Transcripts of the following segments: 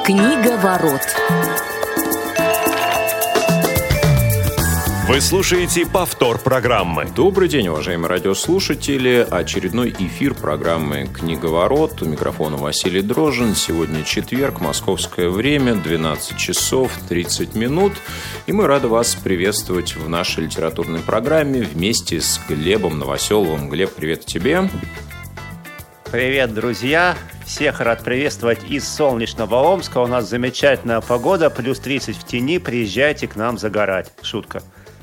Книговорот. Вы слушаете повтор программы. Добрый день, уважаемые радиослушатели. Очередной эфир программы «Книговорот». У микрофона Василий Дрожжин. Сегодня четверг, московское время, 12 часов 30 минут. И мы рады вас приветствовать в нашей литературной программе вместе с Глебом Новоселовым. Глеб, привет тебе. Привет, друзья! Всех рад приветствовать из солнечного Омска. У нас замечательная погода, плюс 30 в тени. Приезжайте к нам загорать. Шутка.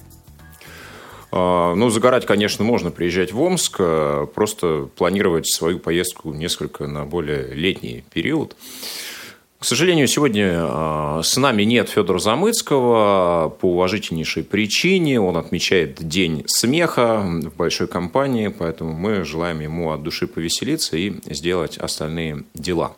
Ну, загорать, конечно, можно приезжать в Омск, просто планировать свою поездку несколько на более летний период. К сожалению, сегодня с нами нет Федора Замыцкого по уважительнейшей причине. Он отмечает День смеха в большой компании, поэтому мы желаем ему от души повеселиться и сделать остальные дела.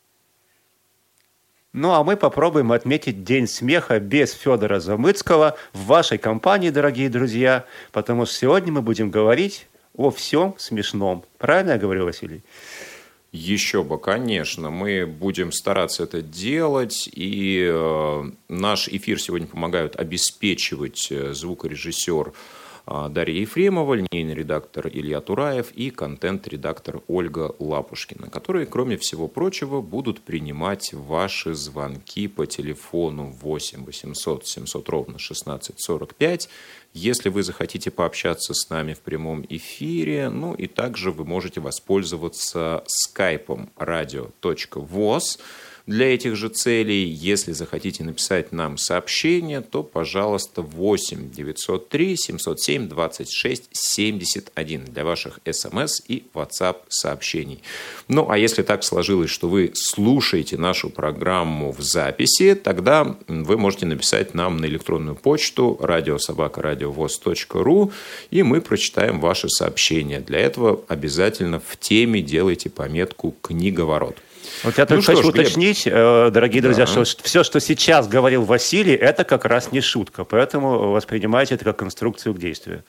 Ну, а мы попробуем отметить День смеха без Федора Замыцкого в вашей компании, дорогие друзья, потому что сегодня мы будем говорить о всем смешном. Правильно я говорю, Василий? Еще бы, конечно. Мы будем стараться это делать. И наш эфир сегодня помогают обеспечивать звукорежиссер Дарья Ефремова, линейный редактор Илья Тураев и контент-редактор Ольга Лапушкина, которые, кроме всего прочего, будут принимать ваши звонки по телефону 8 800 700 ровно 1645. Если вы захотите пообщаться с нами в прямом эфире, ну и также вы можете воспользоваться скайпом radio.voz для этих же целей. Если захотите написать нам сообщение, то, пожалуйста, 8 903 707 26 71 для ваших СМС и WhatsApp сообщений. Ну, а если так сложилось, что вы слушаете нашу программу в записи, тогда вы можете написать нам на электронную почту radio@radiovoz.ru, и мы прочитаем ваши сообщения. Для этого обязательно в теме делайте пометку «Книговорот». Вот я только хочу уточнить, дорогие друзья, что все, что сейчас говорил Василий, это как раз не шутка, поэтому воспринимайте это как конструкцию к действию.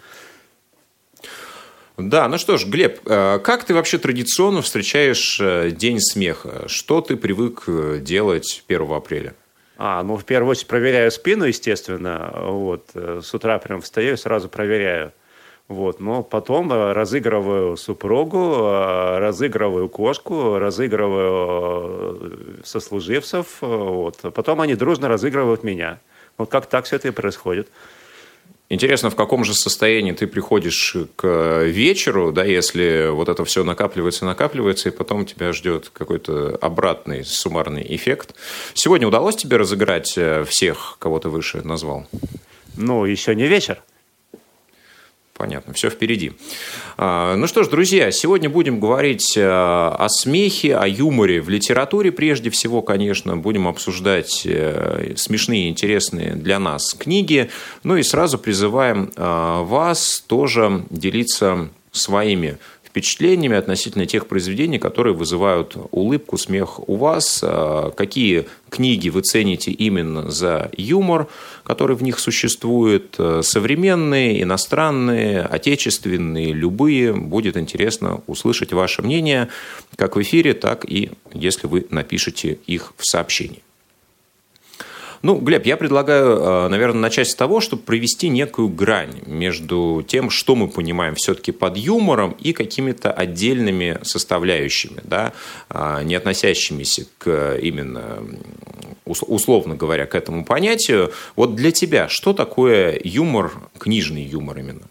Да, ну что ж, Глеб, как ты вообще традиционно встречаешь День смеха? Что ты привык делать 1 апреля? Ну, в первую очередь проверяю спину, естественно. Вот. С утра прям встаю и сразу проверяю. Вот, но потом разыгрываю супругу, разыгрываю кошку, разыгрываю сослуживцев, вот. Потом они дружно разыгрывают меня. Вот как так все это и происходит. Интересно, в каком же состоянии ты приходишь к вечеру, да, если вот это все накапливается, и потом тебя ждет какой-то обратный суммарный эффект. Сегодня удалось тебе разыграть всех, кого ты выше назвал? Ну, еще не вечер. Понятно, все впереди. Ну что ж, друзья, сегодня будем говорить о смехе, о юморе в литературе. Прежде всего, конечно, будем обсуждать смешные и интересные для нас книги. Ну и сразу призываем вас тоже делиться своими впечатлениями относительно тех произведений, которые вызывают улыбку, смех у вас. Какие книги вы цените именно за юмор, который в них существует? Современные, иностранные, отечественные, любые. Будет интересно услышать ваше мнение как в эфире, так и если вы напишете их в сообщении. Ну, Глеб, я предлагаю, наверное, начать с того, чтобы провести некую грань между тем, что мы понимаем все-таки под юмором, и какими-то отдельными составляющими, да, не относящимися к именно, условно говоря, к этому понятию. Вот для тебя что такое юмор, книжный юмор именно?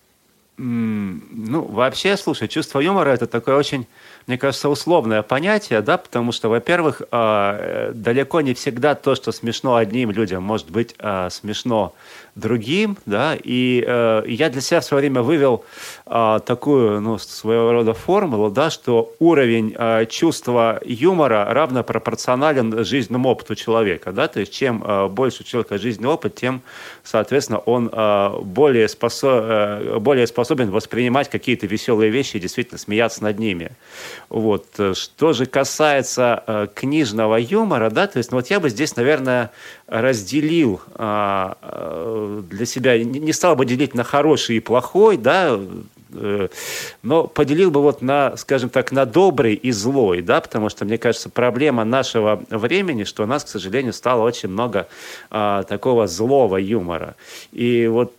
Ну, вообще, слушай, чувство юмора – это такое очень, мне кажется, условное понятие, да, потому что, во-первых, далеко не всегда то, что смешно одним людям, может быть смешно другим, да, и я для себя в свое время вывел такую, ну, своего рода формулу, да, что уровень чувства юмора равно пропорционален жизненному опыту человека, да, то есть чем больше у человека жизненный опыт, тем, соответственно, он более способен воспринимать какие-то веселые вещи и действительно смеяться над ними. Вот. Что же касается книжного юмора, да, то есть, ну, вот я бы здесь, наверное, разделил для себя, не стал бы делить на хороший и плохой, да, Но поделил бы вот на, скажем так, на добрый и злой, да, потому что, мне кажется, проблема нашего времени, что у нас, к сожалению, стало очень много такого злого юмора. И вот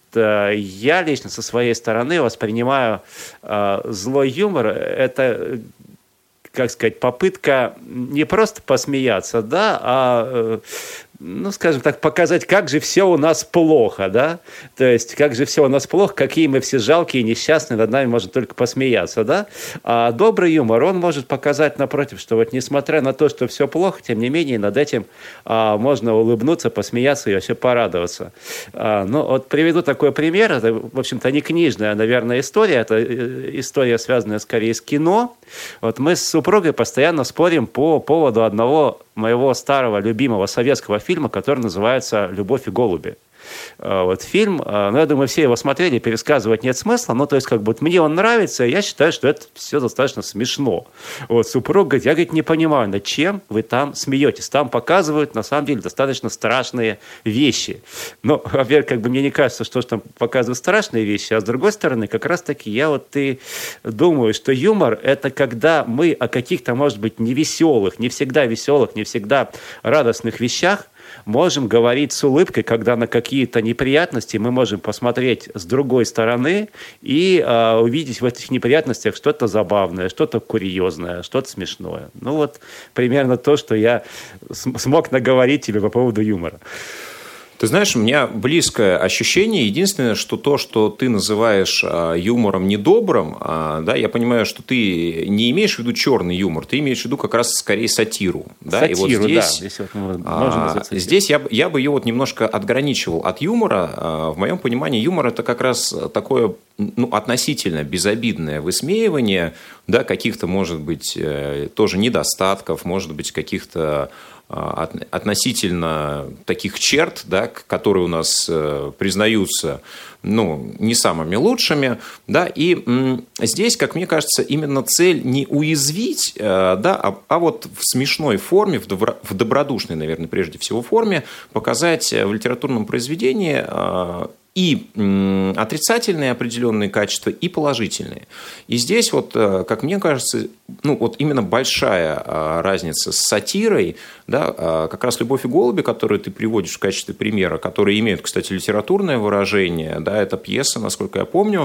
я лично со своей стороны воспринимаю злой юмор, это, как сказать, попытка не просто посмеяться, да, а, ну, скажем так, показать, как же все у нас плохо, да, то есть, как же все у нас плохо, какие мы все жалкие, несчастные, над нами можно только посмеяться, да, а добрый юмор, он может показать, напротив, что вот несмотря на то, что все плохо, тем не менее, над этим можно улыбнуться, посмеяться и вообще порадоваться. Ну, вот приведу такой пример, это, в общем-то, не книжная, наверное, история, это история, связанная скорее с кино. Вот мы с супругой постоянно спорим по поводу одного моего старого любимого советского фильма, который называется «Любовь и голуби». Вот фильм, ну, я думаю, все его смотрели, пересказывать нет смысла, ну, то есть, как бы, мне он нравится, и я считаю, что это все достаточно смешно. Вот супруг говорит, я, говорит, не понимаю, над чем вы там смеетесь, там показывают, на самом деле, достаточно страшные вещи. Но, во-первых, как бы, мне не кажется, что там показывают страшные вещи, а с другой стороны, как раз-таки, я вот и думаю, что юмор – это когда мы о каких-то, может быть, невеселых, не всегда радостных вещах можем говорить с улыбкой, когда на какие-то неприятности мы можем посмотреть с другой стороны и увидеть в этих неприятностях что-то забавное, что-то курьезное, что-то смешное. Ну вот примерно то, что я смог наговорить тебе по поводу юмора. Ты знаешь, у меня близкое ощущение. Единственное, что то, что ты называешь юмором недобрым, да, я понимаю, что ты не имеешь в виду черный юмор, ты имеешь в виду как раз скорее сатиру. Да? Сатиру, и вот здесь, да. Здесь, вот можно здесь я бы ее вот немножко отграничивал от юмора. В моем понимании юмор – это как раз такое, ну, относительно безобидное высмеивание, да, каких-то, может быть, тоже недостатков, может быть, каких-то относительно таких черт, да, которые у нас признаются, ну, не самыми лучшими, да, и здесь, как мне кажется, именно цель не уязвить, да, а вот в смешной форме, в добродушной, наверное, прежде всего форме показать в литературном произведении и отрицательные определенные качества, и положительные. И здесь, вот, как мне кажется, ну, вот именно большая разница с сатирой, да, как раз «Любовь и голуби», которую ты приводишь в качестве примера, которые имеют, кстати, литературное выражение, да, это пьеса, насколько я помню,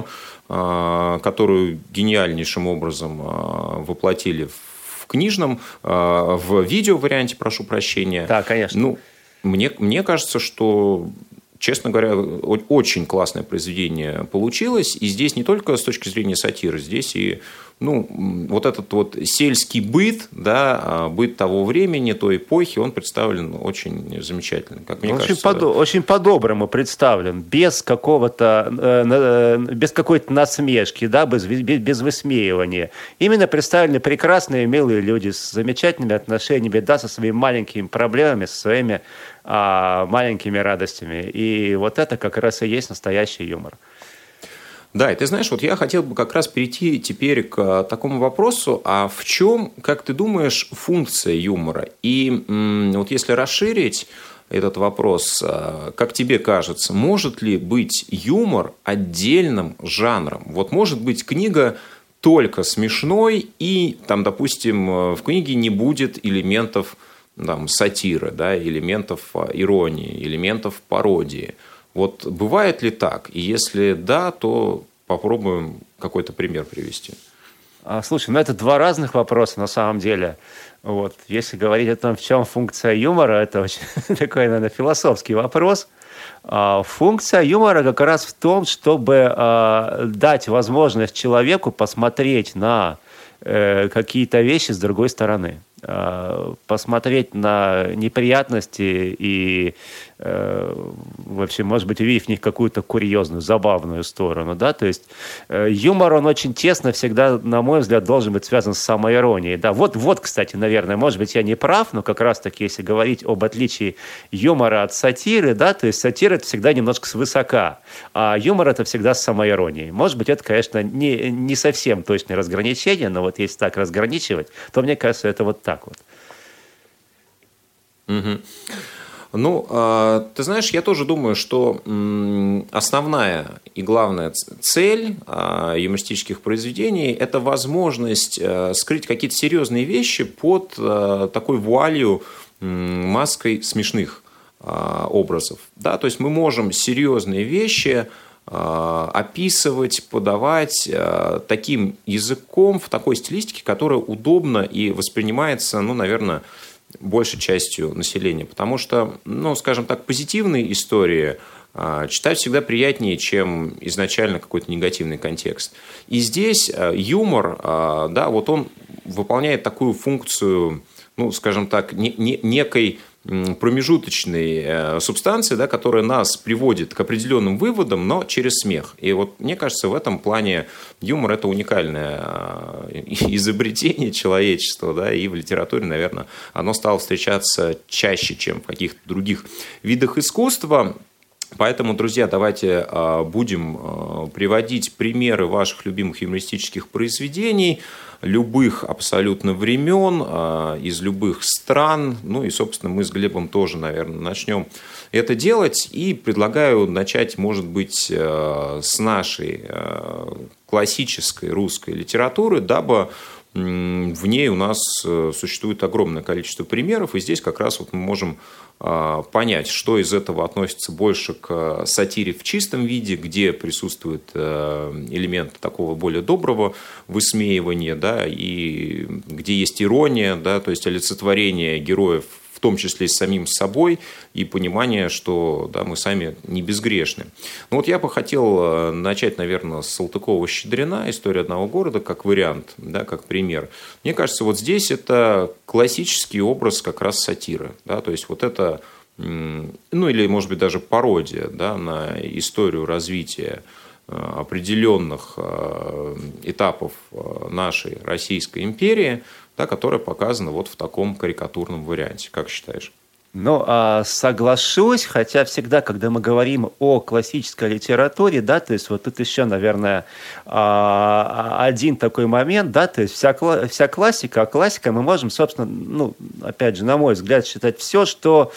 которую гениальнейшим образом воплотили в книжном, в видео-варианте, прошу прощения. Да, конечно. Ну, мне кажется, что... Честно говоря, очень классное произведение получилось. И здесь не только с точки зрения сатиры, здесь и, ну, вот этот вот сельский быт, да, быт того времени, той эпохи, он представлен очень замечательно. Как мне кажется, очень по-доброму представлен, без какой-то насмешки, да, без высмеивания. Именно представлены прекрасные, милые люди с замечательными отношениями, да, со своими маленькими проблемами, со своими маленькими радостями. И вот это как раз и есть настоящий юмор. Да, и ты знаешь, вот я хотел бы как раз перейти теперь к такому вопросу, а в чем, как ты думаешь, функция юмора? И вот если расширить этот вопрос, как тебе кажется, может ли быть юмор отдельным жанром? Вот может быть книга только смешной, и там, допустим, в книге не будет элементов там, сатиры, да, элементов иронии, элементов пародии. Вот бывает ли так? И если да, то попробуем какой-то пример привести. Слушай, ну это два разных вопроса на самом деле. Вот. Если говорить о том, в чем функция юмора, это очень такой, наверное, философский вопрос. Функция юмора как раз в том, чтобы дать возможность человеку посмотреть на какие-то вещи с другой стороны. Посмотреть на неприятности и вообще, может быть, увидев в них какую-то курьезную, забавную сторону. Да? То есть юмор, он очень тесно всегда, на мой взгляд, должен быть связан с самоиронией. Да? Вот, кстати, наверное, может быть, я не прав, но как раз-таки, если говорить об отличии юмора от сатиры, да, то есть сатира – это всегда немножко свысока, а юмор – это всегда с самоиронией. Может быть, это, конечно, не совсем точное разграничение, но вот если так разграничивать, то, мне кажется, это вот так вот. Угу. Ну, ты знаешь, я тоже думаю, что основная и главная цель юмористических произведений – это возможность скрыть какие-то серьезные вещи под такой вуалью, маской смешных образов. Да? То есть мы можем серьезные вещи описывать, подавать таким языком, в такой стилистике, которая удобна и воспринимается, ну, наверное, большей частью населения. Потому что, ну, скажем так, позитивные истории читать всегда приятнее, чем изначально какой-то негативный контекст. И здесь юмор, да, вот он выполняет такую функцию, ну, скажем так, некой промежуточной субстанции, да, которая нас приводит к определенным выводам, но через смех. И вот мне кажется, в этом плане юмор – это уникальное изобретение человечества, да, и в литературе, наверное, оно стало встречаться чаще, чем в каких-то других видах искусства. Поэтому, друзья, давайте будем приводить примеры ваших любимых юмористических произведений, любых абсолютно времен, из любых стран. Ну и, собственно, мы с Глебом тоже, наверное, начнем это делать. И предлагаю начать, может быть, с нашей классической русской литературы, дабы в ней у нас существует огромное количество примеров. И здесь как раз вот мы можем понять, что из этого относится больше к сатире в чистом виде, где присутствует элемент такого более доброго высмеивания, да, и где есть ирония, да, то есть олицетворение героев, в том числе и с самим собой, и понимание, что, да, мы сами не безгрешны. Ну, вот я бы хотел начать, наверное, с Салтыкова-Щедрина, «История одного города», как вариант, да, как пример. Мне кажется, вот здесь это классический образ как раз сатиры. Да, то есть вот это, ну или, может быть, даже пародия, да, на историю развития определенных этапов нашей Российской империи, да, которая показана вот в таком карикатурном варианте. Как считаешь? Ну, соглашусь, хотя всегда, когда мы говорим о классической литературе, да, то есть вот тут еще, наверное, один такой момент, да, то есть вся классика, а классика мы можем, собственно, ну, опять же, на мой взгляд, считать все, что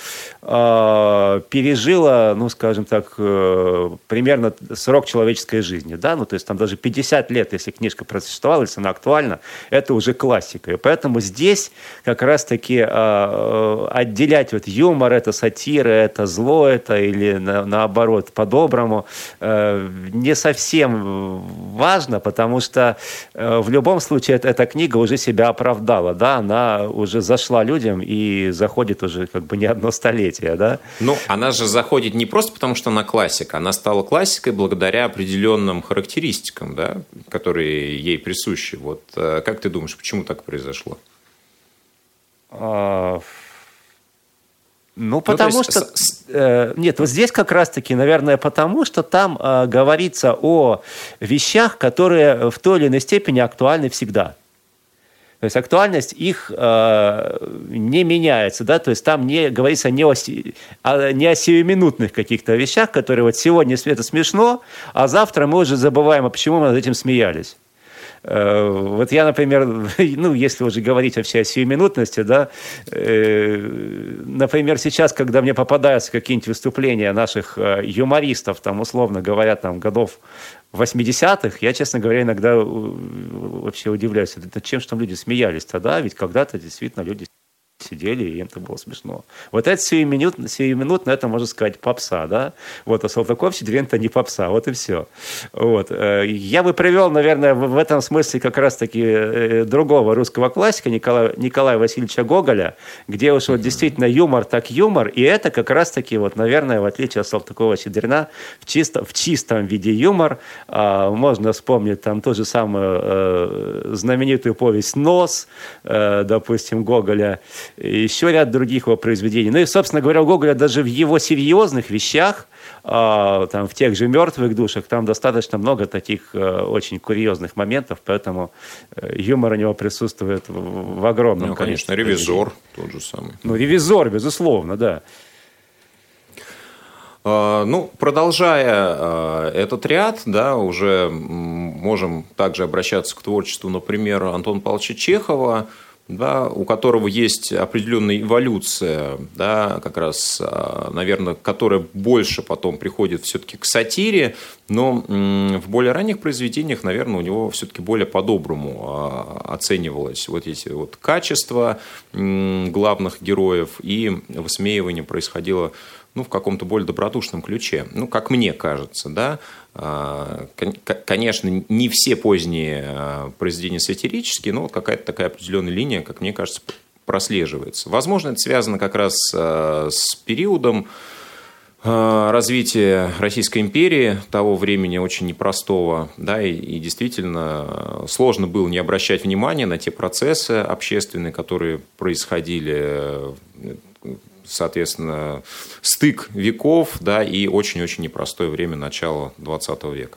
пережило, ну, скажем так, примерно срок человеческой жизни, да, ну, то есть там даже 50 лет, если книжка просуществовала, если она актуальна, это уже классика, и поэтому здесь как раз-таки отделять вот юмор, это сатира, это зло, это или наоборот по-доброму, не совсем важно, потому что в любом случае эта книга уже себя оправдала, да, она уже зашла людям и заходит уже как бы не одно столетие, да. Ну, она же заходит не просто потому, что она классика, она стала классикой благодаря определенным характеристикам, да, которые ей присущи. Вот как ты думаешь, почему так произошло? Ну, потому что... Нет, вот здесь как раз-таки, наверное, потому что там говорится о вещах, которые в той или иной степени актуальны всегда. То есть актуальность их не меняется, да, то есть там не говорится не о сиюминутных каких-то вещах, которые вот сегодня это смешно, а завтра мы уже забываем, а почему мы над этим смеялись. Вот я, например, ну, если уже говорить вообще о сиюминутности, да, например, сейчас, когда мне попадаются какие-нибудь выступления наших юмористов, там, условно говоря, там, годов 80-х, я, честно говоря, иногда вообще удивляюсь, это чем же там люди смеялись тогда, ведь когда-то действительно люди сидели, и им это было смешно. Вот это сиюминутно, это, можно сказать, попса, да? Вот, а Салтыков-Щедрин – это не попса, вот и все. Вот. Я бы привел, наверное, в этом смысле как раз-таки другого русского классика Николая Васильевича Гоголя, где уж вот действительно юмор так юмор, и это как раз-таки, вот, наверное, в отличие от Салтыкова-Щедрина, в чистом виде юмор. Можно вспомнить там ту же самую знаменитую повесть «Нос», допустим, Гоголя, еще ряд других его произведений. Ну и, собственно говоря, у Гоголя даже в его серьезных вещах, там, в тех же «Мертвых душах», там достаточно много таких очень курьезных моментов, поэтому юмор у него присутствует в огромном количестве. Ну, конечно, «Ревизор» тот же самый. Ну, «Ревизор», безусловно, да. Ну, продолжая этот ряд, да, уже можем также обращаться к творчеству, например, Антона Павловича Чехова. да, у которого есть определенная эволюция, да, как раз, наверное, которая больше потом приходит все-таки к сатире, но в более ранних произведениях, наверное, у него все-таки более по-доброму оценивалось вот эти вот качества главных героев, и высмеивание происходило, ну, в каком-то более добродушном ключе. Ну, как мне кажется, да. Конечно, не все поздние произведения сатирические, но какая-то такая определенная линия, как мне кажется, прослеживается. Возможно, это связано как раз с периодом развития Российской империи того времени, очень непростого, да, и действительно сложно было не обращать внимания на те процессы общественные, которые происходили, соответственно, стык веков, да, и очень-очень непростое время начала XX века.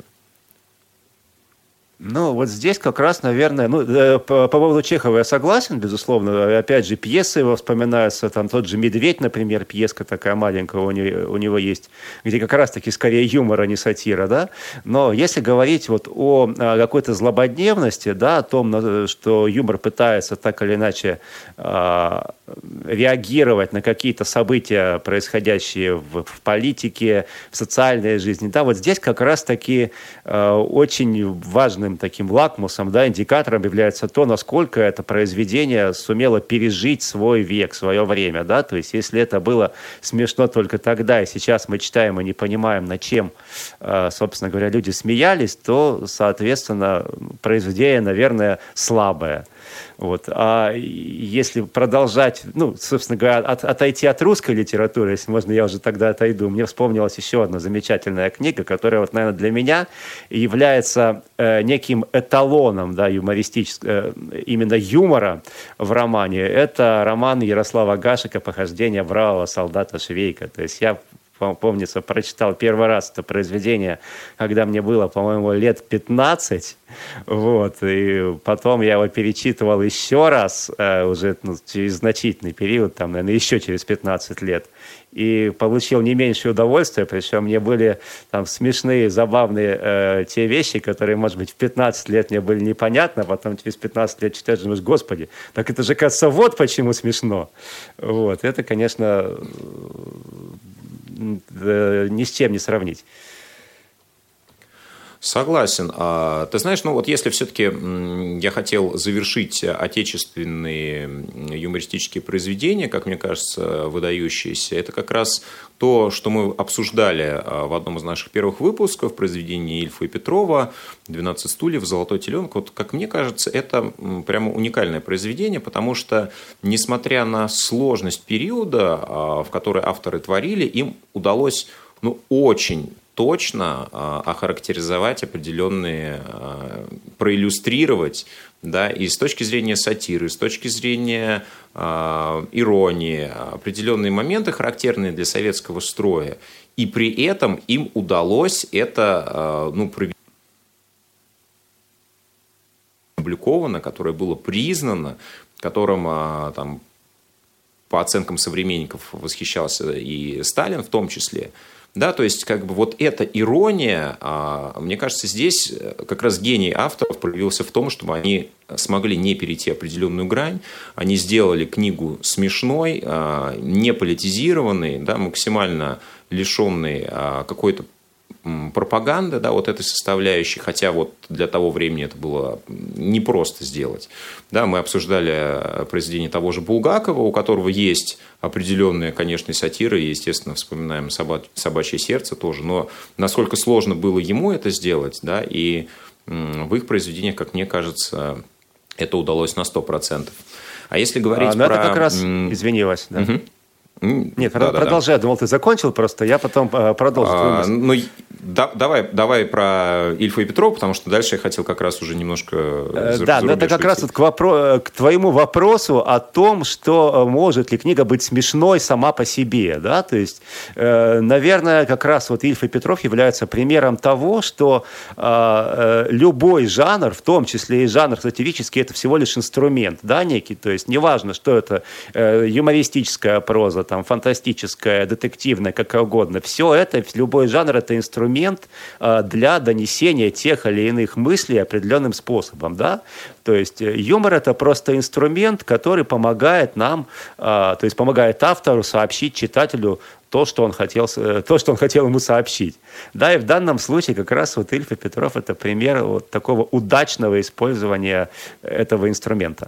Ну, вот здесь как раз, наверное, по поводу Чехова я согласен, безусловно. Опять же, пьесы его вспоминаются, там тот же «Медведь», например, пьеска такая маленькая у него есть, где как раз-таки скорее юмор, а не сатира, да. Но если говорить вот о какой-то злободневности, да, о том, что юмор пытается так или иначе реагировать на какие-то события, происходящие в политике, в социальной жизни, да, вот здесь как раз-таки очень важным таким лакмусом, да, индикатором является то, насколько это произведение сумело пережить свой век, свое время, да, то есть если это было смешно только тогда, и сейчас мы читаем и не понимаем, над чем, собственно говоря, люди смеялись, то, соответственно, произведение, наверное, слабое. Вот. А если продолжать, ну, собственно говоря, отойти от русской литературы, если можно, я уже тогда отойду, мне вспомнилась еще одна замечательная книга, которая, вот, наверное, для меня является неким эталоном, да, юмористического, именно юмора в романе. Это роман Ярослава Гашека «Похождения бравого солдата Швейка». То есть я, помнится, прочитал первый раз это произведение, когда мне было, по-моему, лет 15. Вот, и потом я его перечитывал еще раз, уже через значительный период, там, наверное, еще через 15 лет. И получил не меньшее удовольствие, причем мне были там смешные, забавные те вещи, которые, может быть, в 15 лет мне были непонятны, а потом через 15 лет читаешь, думаешь, господи, так это же, кажется, вот почему смешно. Вот, это, конечно, ни с чем не сравнить. Согласен. Ты знаешь, ну вот если все-таки я хотел завершить отечественные юмористические произведения, как мне кажется, выдающиеся, это как раз то, что мы обсуждали в одном из наших первых выпусков, произведение Ильфа и Петрова «12 стульев», «Золотой теленок». Вот, как мне кажется, это прямо уникальное произведение, потому что, несмотря на сложность периода, в который авторы творили, им удалось, ну, очень точно охарактеризовать определенные, проиллюстрировать, да, и с точки зрения сатиры, с точки зрения иронии, определенные моменты, характерные для советского строя. И при этом им удалось это, ну, опубликовано, которое было признано, которым там, по оценкам современников восхищался и Сталин в том числе. Да, то есть, как бы вот эта ирония, мне кажется, здесь как раз гений авторов проявился в том, чтобы они смогли не перейти определенную грань, они сделали книгу смешной, не политизированной, да, максимально лишенной какой-то пропаганды, да, вот этой составляющей, хотя вот для того времени это было непросто сделать. Да, мы обсуждали произведение того же Булгакова, у которого есть определенные, конечно, сатиры, и, естественно, вспоминаем «Собачье сердце» тоже, но насколько сложно было ему это сделать, да, и в их произведениях, как мне кажется, это удалось на 100%. А если говорить про... Это как раз извинилась, да. Угу. Нет, продолжай. Я думал, ты закончил просто, я потом продолжу. Ну, давай про Ильфа и Петрова, потому что дальше я хотел как раз уже немножко... Да, но это как раз вот к твоему вопросу о том, что может ли книга быть смешной сама по себе. Да? То есть, наверное, как раз вот Ильф и Петров являются примером того, что любой жанр, в том числе и жанр сатирический, это всего лишь инструмент, да, некий. То есть, неважно, что это юмористическая проза, там, фантастическое, детективное, как угодно. Все это, любой жанр – это инструмент для донесения тех или иных мыслей определенным способом, да? То есть юмор – это просто инструмент, который помогает нам, то есть помогает автору сообщить читателю то, что он хотел ему сообщить. Да, и в данном случае как раз вот Ильф и Петров – это пример вот такого удачного использования этого инструмента.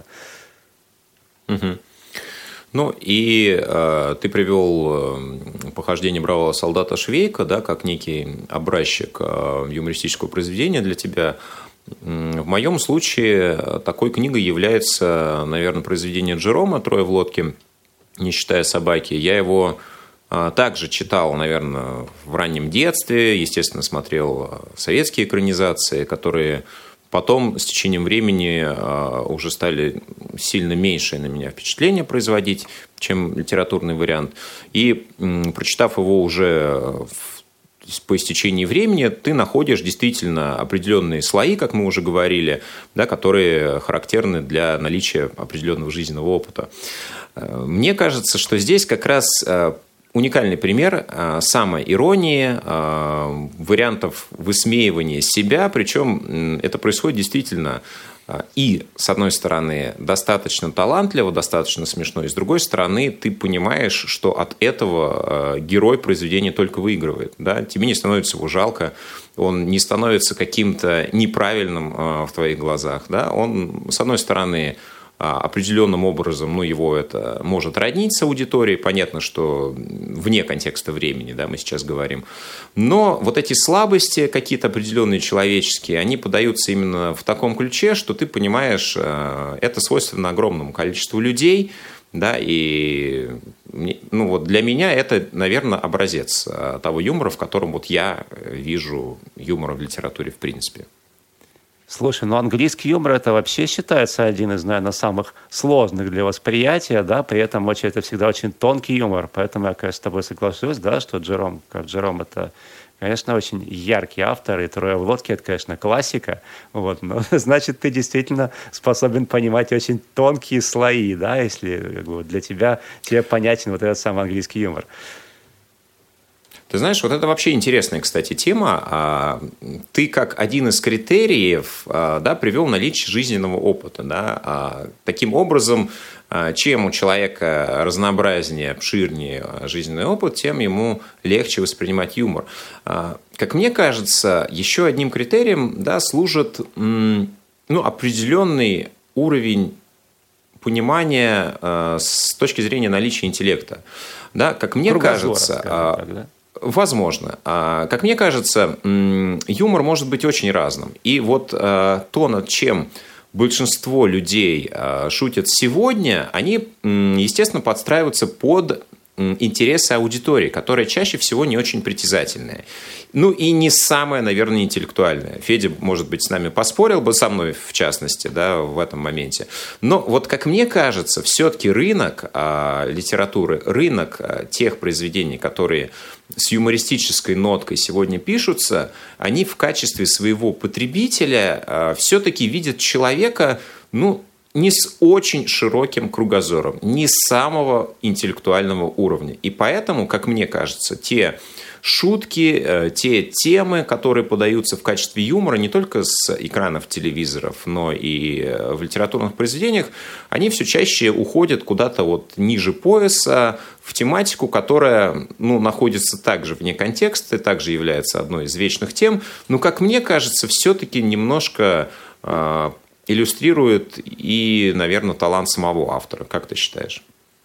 Угу. Ну и ты привел похождение бравого солдата Швейка, да, как некий образчик юмористического произведения для тебя. В моем случае такой книгой является, наверное, произведение Джерома «Трое в лодке, не считая собаки». Я его также читал, наверное, в раннем детстве, естественно, смотрел советские экранизации, которые потом с течением времени уже стали сильно меньшее на меня впечатление производить, чем литературный вариант. И прочитав его уже по истечении времени, ты находишь действительно определенные слои, как мы уже говорили, да, которые характерны для наличия определенного жизненного опыта. Мне кажется, что здесь как раз уникальный пример самоиронии, вариантов высмеивания себя, причем это происходит действительно и, с одной стороны, достаточно талантливо, достаточно смешно, и с другой стороны, ты понимаешь, что от этого герой произведения только выигрывает. Да? Тебе не становится его жалко, он не становится каким-то неправильным в твоих глазах. Да? Он, с одной стороны, определенным образом, его это может роднить с аудиторией. Понятно, что вне контекста времени, да, мы сейчас говорим. Но вот эти слабости, какие-то определенные человеческие, они подаются именно в таком ключе, что ты понимаешь, это свойственно огромному количеству людей, да, и для меня это, наверное, образец того юмора, в котором вот я вижу юмор в литературе в принципе. Слушай, английский юмор это вообще считается один из, наверное, самых сложных для восприятия, да, при этом это всегда очень тонкий юмор, поэтому я, конечно, с тобой соглашусь, да, что Джером это, конечно, очень яркий автор, и «Трое в лодке» это, конечно, классика, вот, но значит, ты действительно способен понимать очень тонкие слои, да, если для тебе понятен вот этот самый английский юмор. Ты знаешь, вот это вообще интересная, кстати, тема. Ты как один из критериев, да, привел наличие жизненного опыта. Да? Таким образом, чем у человека разнообразнее, обширнее жизненный опыт, тем ему легче воспринимать юмор. Как мне кажется, еще одним критерием, да, служит определенный уровень понимания с точки зрения наличия интеллекта. Да? Как мне кажется... Так, да? Возможно. Как мне кажется, юмор может быть очень разным. И вот то, над чем большинство людей шутят сегодня, они, естественно, подстраиваются под интересы аудитории, которая чаще всего не очень притязательная. И не самая, наверное, интеллектуальная. Федя, может быть, с нами поспорил бы, со мной в частности, да, в этом моменте. Но вот, как мне кажется, все-таки рынок литературы, рынок тех произведений, которые с юмористической ноткой сегодня пишутся, они в качестве своего потребителя все-таки видят человека, не с очень широким кругозором, не с самого интеллектуального уровня. И поэтому, как мне кажется, те шутки, те темы, которые подаются в качестве юмора не только с экранов телевизоров, но и в литературных произведениях, они все чаще уходят куда-то ниже пояса, в тематику, которая находится также вне контекста, также является одной из вечных тем, но, как мне кажется, все-таки немножко иллюстрирует и, наверное, талант самого автора. Как ты считаешь?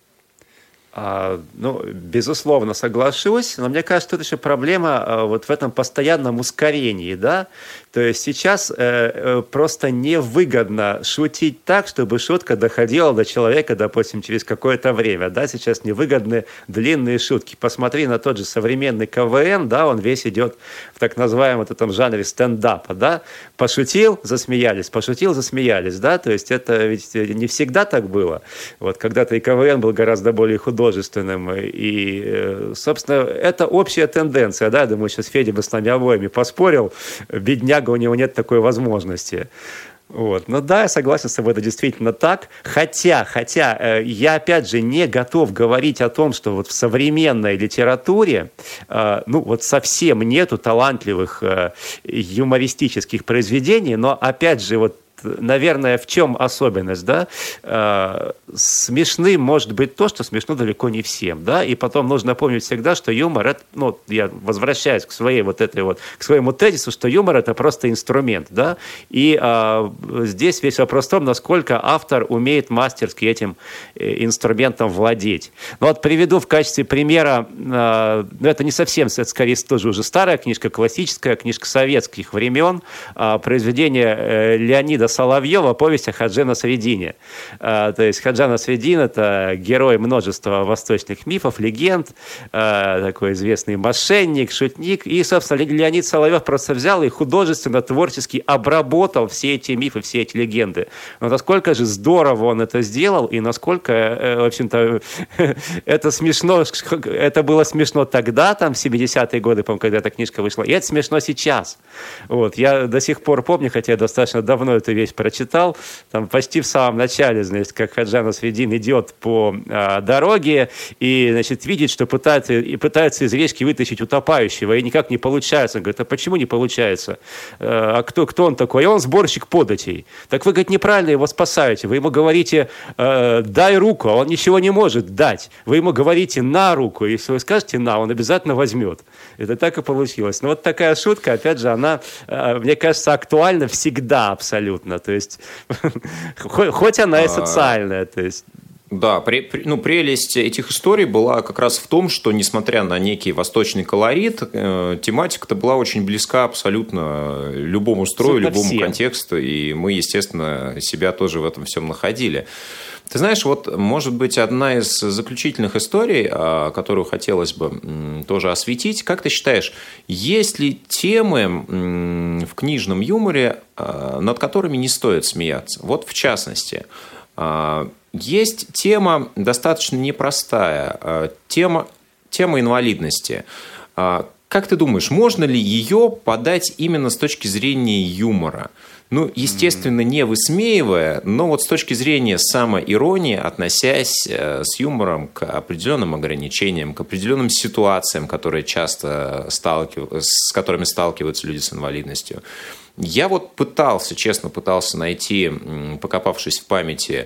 Безусловно, соглашусь, но мне кажется, тут еще проблема вот в этом постоянном ускорении, да, то есть сейчас просто невыгодно шутить так, чтобы шутка доходила до человека, допустим, через какое-то время, да, сейчас невыгодны длинные шутки. Посмотри на тот же современный КВН, да, он весь идет в так называемом этом жанре стендапа, да, пошутил, засмеялись, да, то есть это ведь не всегда так было, вот когда-то и КВН был гораздо более художественным, и, собственно, это общая тенденция, да, думаю, сейчас Федя бы с нами обоими поспорил, бедняга, у него нет такой возможности. Вот. Ну да, я согласен с тобой, это действительно так. Хотя я, опять же, не готов говорить о том, что вот в современной литературе вот совсем нету талантливых юмористических произведений, но, опять же, вот наверное, в чем особенность, да? Смешным может быть то, что смешно далеко не всем, да? И потом нужно помнить всегда, что юмор, это, я возвращаюсь к своей к своему тезису, что юмор это просто инструмент, да? И здесь весь вопрос в том, насколько автор умеет мастерски этим инструментом владеть. Ну вот приведу в качестве примера, это не совсем, это скорее тоже уже старая книжка, классическая книжка советских времен, произведение Леонида Соловьева «Повесть о Ходжи Насреддине». То есть Ходжа Насреддин – это герой множества восточных мифов, легенд, такой известный мошенник, шутник. И, собственно, Леонид Соловьев просто взял и художественно, творчески обработал все эти мифы, все эти легенды. Но насколько же здорово он это сделал, и насколько, в общем-то, это смешно, это было смешно тогда, там, в 70-е годы, по-моему, когда эта книжка вышла, и это смешно сейчас. Вот. Я до сих пор помню, хотя я достаточно давно эту вещь прочитал, там почти в самом начале, значит, как Ходжа Насреддин идет по дороге и, значит, видит, что пытается из речки вытащить утопающего, и никак не получается. Он говорит, а почему не получается? А кто он такой? И он сборщик податей. Так вы, говорит, неправильно его спасаете. Вы ему говорите, дай руку, а он ничего не может дать. Вы ему говорите на руку, и если вы скажете на, он обязательно возьмет. Это так и получилось. Но вот такая шутка, опять же, она, мне кажется, актуальна всегда абсолютно. То есть, хоть она и социальная, то есть. Да, прелесть этих историй была как раз в том, что, несмотря на некий восточный колорит, тематика-то была очень близка абсолютно любому строю, любому контексту, и мы, естественно, себя тоже в этом всем находили. Ты знаешь, вот, может быть, одна из заключительных историй, которую хотелось бы тоже осветить. Как ты считаешь, есть ли темы в книжном юморе, над которыми не стоит смеяться? Вот, в частности, есть тема достаточно непростая, тема инвалидности. Как ты думаешь, можно ли ее подать именно с точки зрения юмора? Ну, естественно, не высмеивая, но вот с точки зрения самоиронии, относясь с юмором к определенным ограничениям, к определенным ситуациям, которые часто с которыми сталкиваются люди с инвалидностью. Я вот честно пытался найти, покопавшись в памяти,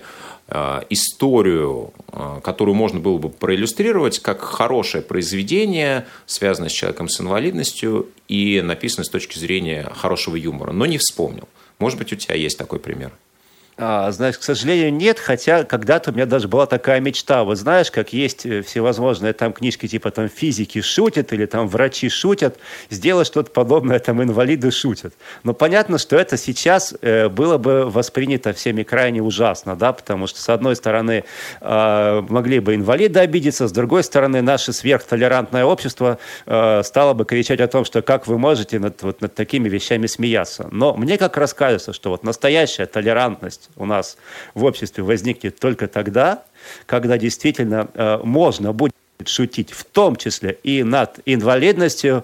историю, которую можно было бы проиллюстрировать как хорошее произведение, связанное с человеком с инвалидностью и написанное с точки зрения хорошего юмора, но не вспомнил. Может быть, у тебя есть такой пример? Знаешь, к сожалению, нет, хотя когда-то у меня даже была такая мечта. Вот знаешь, как есть всевозможные там книжки типа там физики шутят или там врачи шутят, сделать что-то подобное, там инвалиды шутят. Но понятно, что это сейчас было бы воспринято всеми крайне ужасно, да, потому что с одной стороны могли бы инвалиды обидеться, с другой стороны наше сверхтолерантное общество стало бы кричать о том, что как вы можете над такими вещами смеяться. Но мне как раз кажется, что вот настоящая толерантность у нас в обществе возникнет только тогда, когда действительно можно будет шутить, в том числе и над инвалидностью,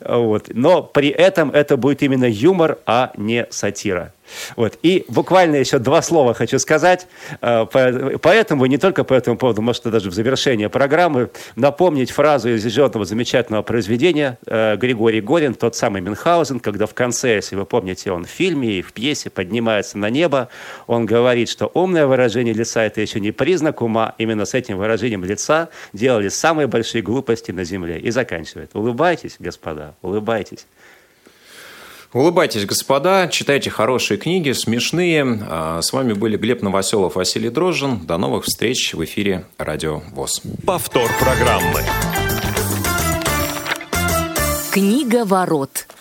но при этом это будет именно юмор, а не сатира. И буквально еще 2 слова хочу сказать, поэтому, не только по этому поводу, может, даже в завершение программы, напомнить фразу из еще одного замечательного произведения Григорий Горин, тот самый Мюнхгаузен, когда в конце, если вы помните, он в фильме и в пьесе поднимается на небо, он говорит, что умное выражение лица – это еще не признак ума, именно с этим выражением лица делали самые большие глупости на земле. И заканчивает. Улыбайтесь, господа, улыбайтесь. Улыбайтесь, господа, читайте хорошие книги, смешные. С вами были Глеб Новоселов, Василий Дрожжин. До новых встреч в эфире Радио ВОС. Повтор программы. Книга ворот.